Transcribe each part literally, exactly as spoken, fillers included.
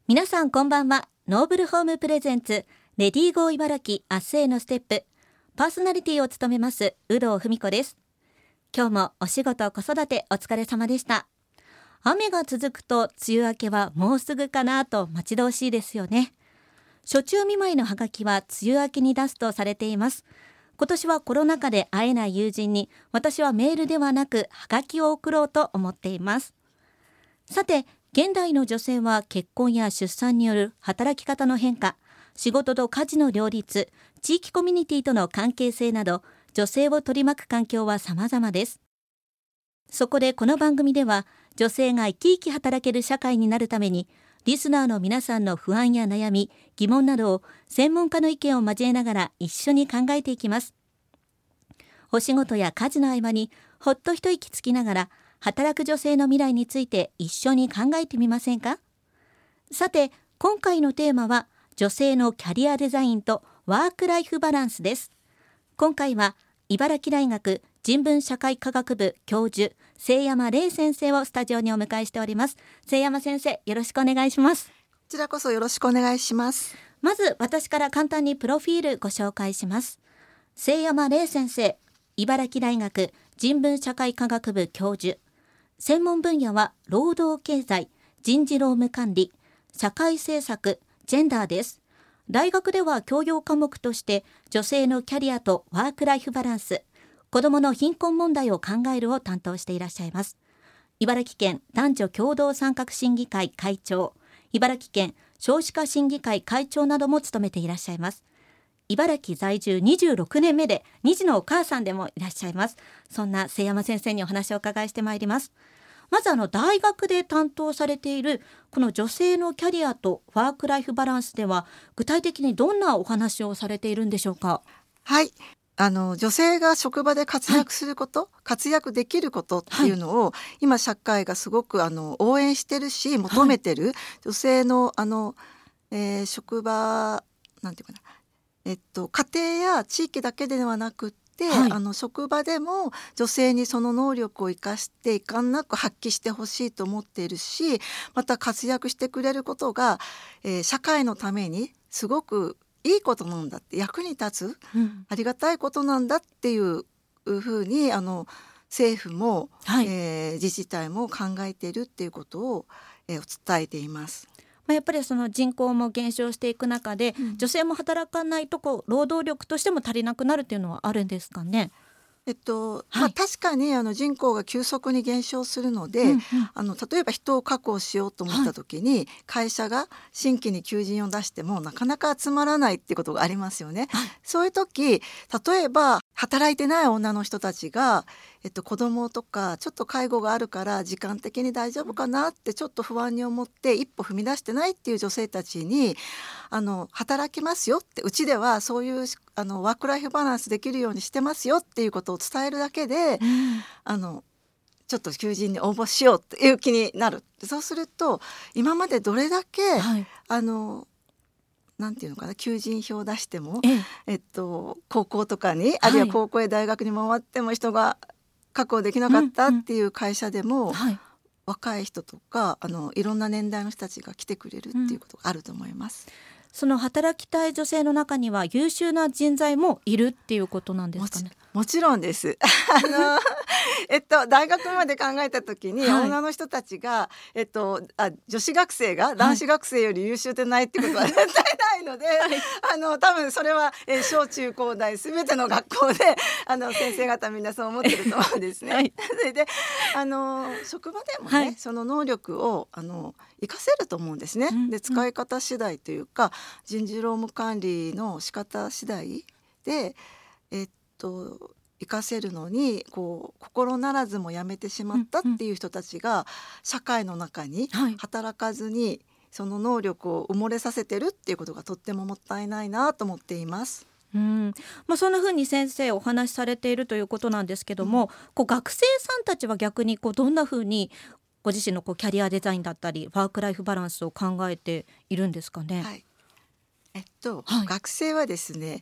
皆さんこんばんは。ノーブルホームプレゼンツレディーゴー茨城明日へのステップ、パーソナリティを務めます有働文子です。今日もお仕事子育てお疲れ様でした。雨が続くと梅雨明けはもうすぐかなと待ち遠しいですよね。暑中見舞いのハガキは梅雨明けに出すとされています。今年はコロナ禍で会えない友人に私はメールではなくハガキを送ろうと思っています。さて、現代の女性は結婚や出産による働き方の変化、仕事と家事の両立、地域コミュニティとの関係性など、女性を取り巻く環境は様々です。そこでこの番組では、女性が生き生き働ける社会になるために、リスナーの皆さんの不安や悩み、疑問などを専門家の意見を交えながら一緒に考えていきます。お仕事や家事の合間にほっと一息つきながら、働く女性の未来について一緒に考えてみませんか？さて、今回のテーマは女性のキャリアデザインとワークライフバランスです。今回は茨城大学人文社会科学部教授瀬山玲先生をスタジオにお迎えしております。瀬山先生、よろしくお願いします。こちらこそよろしくお願いします。 まず私から簡単にプロフィールご紹介します。瀬山玲先生、茨城大学人文社会科学部教授、専門分野は労働経済、人事労務管理、社会政策、ジェンダーです。大学では教養科目として女性のキャリアとワークライフバランス、子どもの貧困問題を考えるを担当していらっしゃいます。茨城県男女共同参画審議会会長、茨城県少子化審議会会長なども務めていらっしゃいます。茨城在住にじゅうろくねんめでに児のお母さんでもいらっしゃいます。そんな瀬山先生にお話をお伺いしてまいります。まずあの大学で担当されているこの女性のキャリアとワークライフバランスでは具体的にどんなお話をされているんでしょうか？ はい、あの女性が職場で活躍すること、はい、活躍できることっていうのを、はい、今社会がすごくあの応援してるし求めてる、はい、女性のあの、えー、職場なんていうかな、えっと、家庭や地域だけではなくて、はい、あの職場でも女性にその能力を生かしていかんなく発揮してほしいと思っているし、また活躍してくれることが、えー、社会のためにすごくいいことなんだって、役に立つ、うん、ありがたいことなんだっていうふうにあの政府も、はい、えー、自治体も考えているっていうことを、えー、伝えています。 やっぱりその人口も減少していく中で、うん、女性も働かないとこう労働力としても足りなくなるっていうのはあるんですかね？ えっとはい、まあ、確かにあの人口が急速に減少するので、うんうん、あの例えば人を確保しようと思った時に、はい、会社が新規に求人を出してもなかなか集まらないっていうことがありますよね、はい、そういう時例えば働いてない女の人たちが、えっと、子供とかちょっと介護があるから時間的に大丈夫かなってちょっと不安に思って一歩踏み出してないっていう女性たちにあの働きますよって、うちではそういうあのワークライフバランスできるようにしてますよっていうことを伝えるだけで、うん、あのちょっと求人に応募しようっていう気になる。そうすると今までどれだけ、はい、あのなんていうのかな、求人票を出しても、えっと、高校とかに、はい、あるいは高校や大学に回っても人が確保できなかったっていう会社でも、うんうん、はい、若い人とかあのいろんな年代の人たちが来てくれるっていうことがあると思います、うん、 その働きたい女性の中には優秀な人材もいるっていうことなんですかね？ もち、もちろんですあのえっと、大学まで考えた時に、はい、女の人たちが、えっと、あ女子学生が男子学生より優秀でないってことは絶対ないので、はい、あの多分それは、えー、小中高大すべての学校であの先生方みんなそう思ってると思うんですね、はい、それであの職場でもね、はい、その能力をあの活かせると思うんですね、うん、で使い方次第というか人事労務管理の仕方次第で、えっと活かせるのにこう心ならずもやめてしまったっていう人たちが社会の中に働かずにその能力を埋もれさせてるっていうことがとってももったいないなと思っています。 うん、まあ、そんな風に先生お話しされているということなんですけども、うん、こう学生さんたちは逆にこうどんな風にご自身のこうキャリアデザインだったりワークライフバランスを考えているんですかね？ はい、えっとはい、学生はですね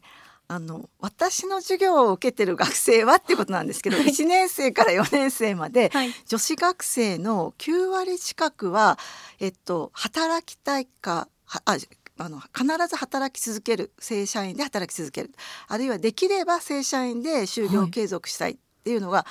あの私の授業を受けてる学生はっていうことなんですけど、はい、いちねん生からよねん生まで、はい、女子学生のきゅうわり近くは、えっと、働きたいかああの必ず働き続ける、正社員で働き続ける、あるいはできれば正社員で就業継続したいっていうのが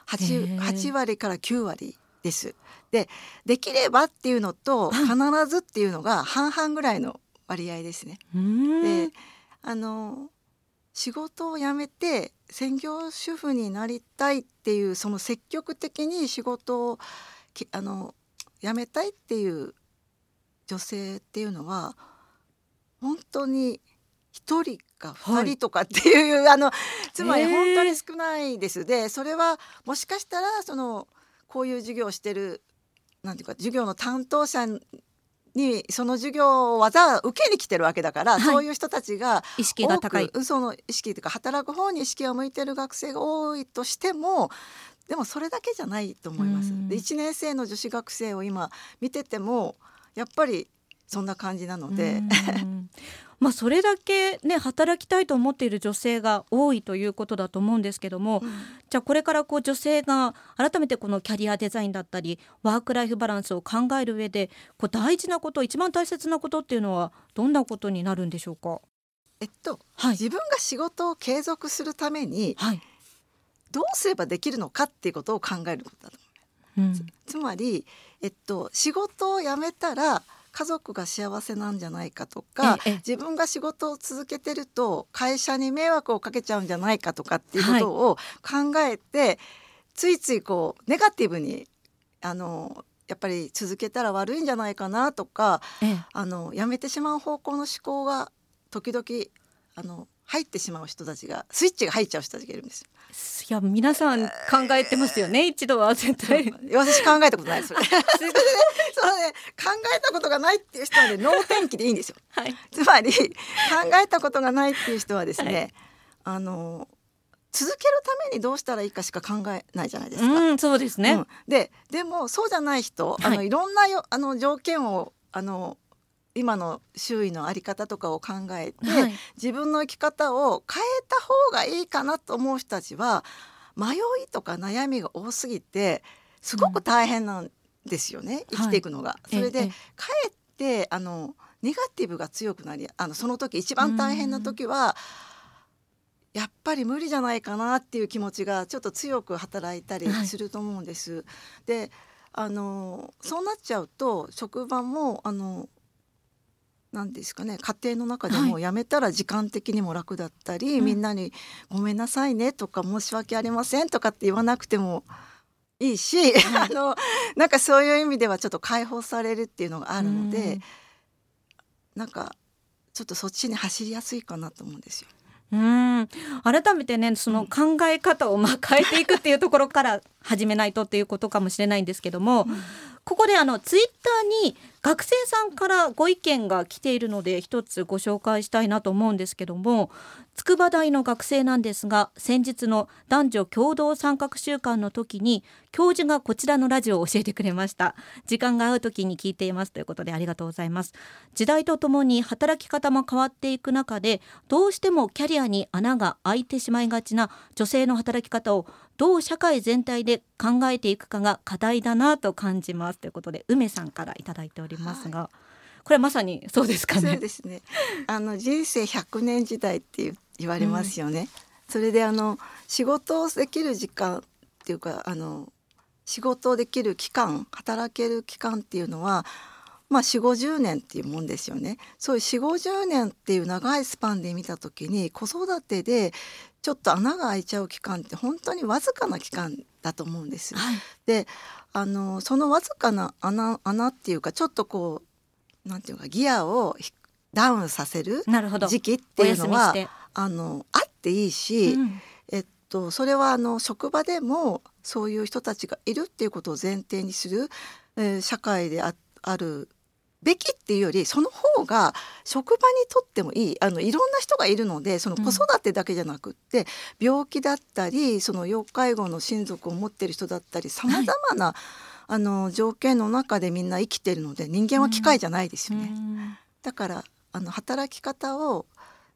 8, はちわりからきゅうわりです。で、できればっていうのと必ずっていうのが半々ぐらいの割合ですね。で、あの仕事を辞めて専業主婦になりたいっていう、その積極的に仕事をあの辞めたいっていう女性っていうのは本当にひとりかふたりとかっていう、はい、あのつまり本当に少ないです。でそれはもしかしたらそのこういう授業をしてるなんていうか授業の担当者にその授業をわざわざ受けに来てるわけだから、はい、そういう人たちが意識が高い、 その意識というか働く方に意識を向いてる学生が多いとしても、でもそれだけじゃないと思います。でいちねん生の女子学生を今見ててもやっぱりそんな感じなのでまあそれだけね働きたいと思っている女性が多いということだと思うんですけども、うん、じゃあこれからこう女性が改めてこのキャリアデザインだったりワークライフバランスを考える上でこう大事なこと、一番大切なことっていうのはどんなことになるんでしょうか？ えっと、はい、自分が仕事を継続するために、はい、どうすればできるのかっていうことを考えることだと思う、うん、つ, つまり、えっと、仕事を辞めたら家族が幸せなんじゃないかとか、自分が仕事を続けてると会社に迷惑をかけちゃうんじゃないかとかっていうことを考えて、はい、ついついこうネガティブにあのやっぱり続けたら悪いんじゃないかなとか、あのやめてしまう方向の思考が時々あの入ってしまう人たちが、スイッチが入っちゃう人たちがいるんですよ。 いや皆さん考えてますよね一度は絶対。 私考えたことないそれそれで、ね、そのね、考えたことがないっていう人はね脳天気でいいんですよ、はい、つまり考えたことがないっていう人はですね、はい、あの続けるためにどうしたらいいかしか考えないじゃないですか。 うん、そうですね、うん、 で, でもそうじゃない人、はい、あのいろんなよあの条件をあの今の周囲の在り方とかを考えて、はい、自分の生き方を変えた方がいいかなと思う人たちは迷いとか悩みが多すぎてすごく大変なんですよね、うん、生きていくのが、はい、それでかえってあのネガティブが強くなり、あのその時一番大変な時はやっぱり無理じゃないかなっていう気持ちがちょっと強く働いたりすると思うんです、はい、であのそうなっちゃうと職場もあのなんですかね、家庭の中でも辞めたら時間的にも楽だったり、はい、みんなにごめんなさいねとか申し訳ありませんとかって言わなくてもいいし、はい、あのなんかそういう意味ではちょっと解放されるっていうのがあるので、なんかちょっとそっちに走りやすいかなと思うんですよ。 うん改めてねその考え方をまあ変えていくっていうところから始めないとっていうことかもしれないんですけども、うん、ここであのツイッターに学生さんからご意見が来ているので一つご紹介したいなと思うんですけども、筑波大の学生なんですが先日の男女共同参画週間の時に教授がこちらのラジオを教えてくれました。時間が合う時に聞いていますということでありがとうございます。時代とともに働き方も変わっていく中でどうしてもキャリアに穴が開いてしまいがちな女性の働き方をどう社会全体で考えていくかが課題だなと感じますということで梅さんからいただいておりますが、はい、これはまさにそうですかね。 そうですね、あの人生ひゃくねん時代って言われますよね、うん、それであの仕事をできる時間っていうかあの仕事をできる期間、働ける期間っていうのはまあ、よんじゅうごねんっていうもんですよね。そういうよんじゅうごじゅうねんっていう長いスパンで見た時に子育てでちょっと穴が開いちゃう期間って本当にわずかな期間だと思うんです、はい、であのそのわずかな 穴, 穴っていうかちょっとこうなんていうかギアをダウンさせる時期っていうのはあのあっていいし、うんえっと、それはあの職場でもそういう人たちがいるっていうことを前提にする、えー、社会で あ, あるべきっていうよりその方が職場にとってもいい、あのいろんな人がいるのでその子育てだけじゃなくって、うん、病気だったりその要介護の親族を持ってる人だったりさまざまな、はい、あの条件の中でみんな生きてるので人間は機械じゃないですよね、うん、だからあの働き方を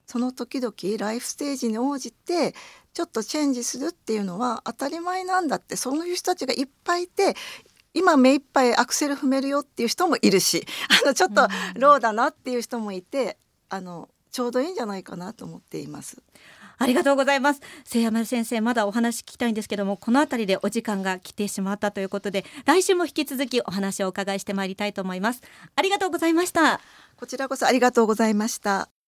その時々ライフステージに応じてちょっとチェンジするっていうのは当たり前なんだって、そういう人たちがいっぱいいて、今目いっぱいアクセル踏めるよっていう人もいるし、あのちょっとローだなっていう人もいて、あのちょうどいいんじゃないかなと思っています。 ありがとうございます。瀬山先生、まだお話聞きたいんですけども、このあたりでお時間が来てしまったということで、来週も引き続きお話をお伺いしてまいりたいと思います。ありがとうございました。 こちらこそありがとうございました。